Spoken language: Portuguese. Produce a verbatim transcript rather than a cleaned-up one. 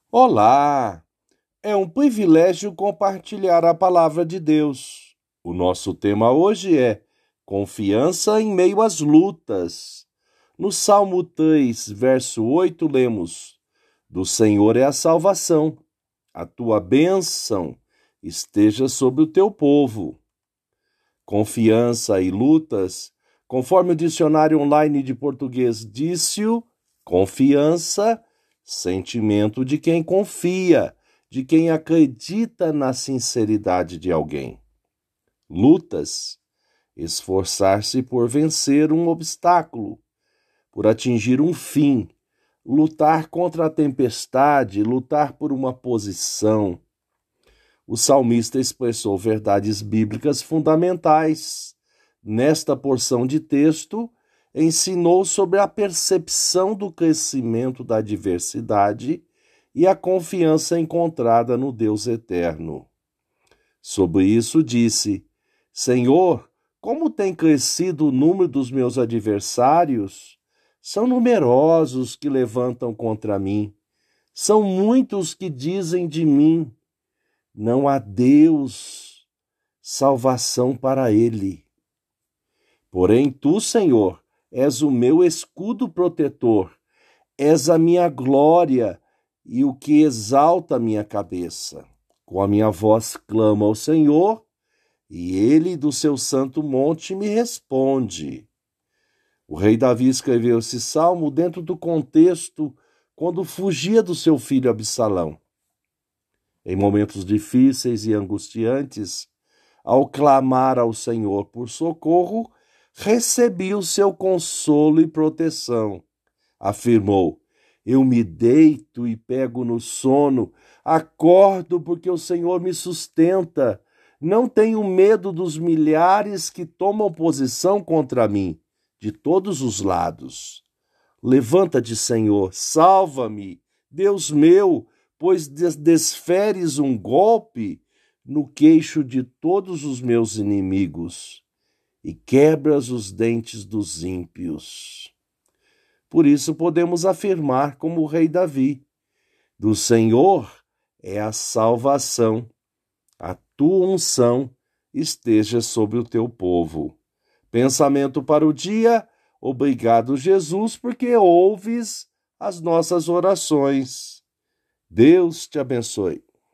Olá! É um privilégio compartilhar a palavra de Deus. O nosso tema hoje é confiança em meio às lutas. No Salmo três, verso oito, lemos: Do Senhor é a salvação, a tua bênção esteja sobre o teu povo. Confiança e lutas, conforme o dicionário online de português disse-o, confiança, sentimento de quem confia, de quem acredita na sinceridade de alguém. Lutas, esforçar-se por vencer um obstáculo, por atingir um fim, lutar contra a tempestade, lutar por uma posição. O salmista expressou verdades bíblicas fundamentais. Nesta porção de texto, ensinou sobre a percepção do crescimento da adversidade e a confiança encontrada no Deus eterno. Sobre isso disse: Senhor, como tem crescido o número dos meus adversários? São numerosos que levantam contra mim. São muitos que dizem de mim: não há Deus, salvação para ele. Porém, tu, Senhor, és o meu escudo protetor, és a minha glória e o que exalta a minha cabeça. Com a minha voz clamo ao Senhor, e ele do seu santo monte me responde. O rei Davi escreveu esse salmo dentro do contexto quando fugia do seu filho Absalão. Em momentos difíceis e angustiantes, ao clamar ao Senhor por socorro, recebi o seu consolo e proteção. Afirmou: eu me deito e pego no sono, acordo porque o Senhor me sustenta. Não tenho medo dos milhares que tomam posição contra mim, de todos os lados. Levanta-te, Senhor, salva-me, Deus meu, pois desferes um golpe no queixo de todos os meus inimigos e quebras os dentes dos ímpios. Por isso podemos afirmar como o rei Davi: do Senhor é a salvação, a tua unção esteja sobre o teu povo. Pensamento para o dia: obrigado, Jesus, porque ouves as nossas orações. Deus te abençoe.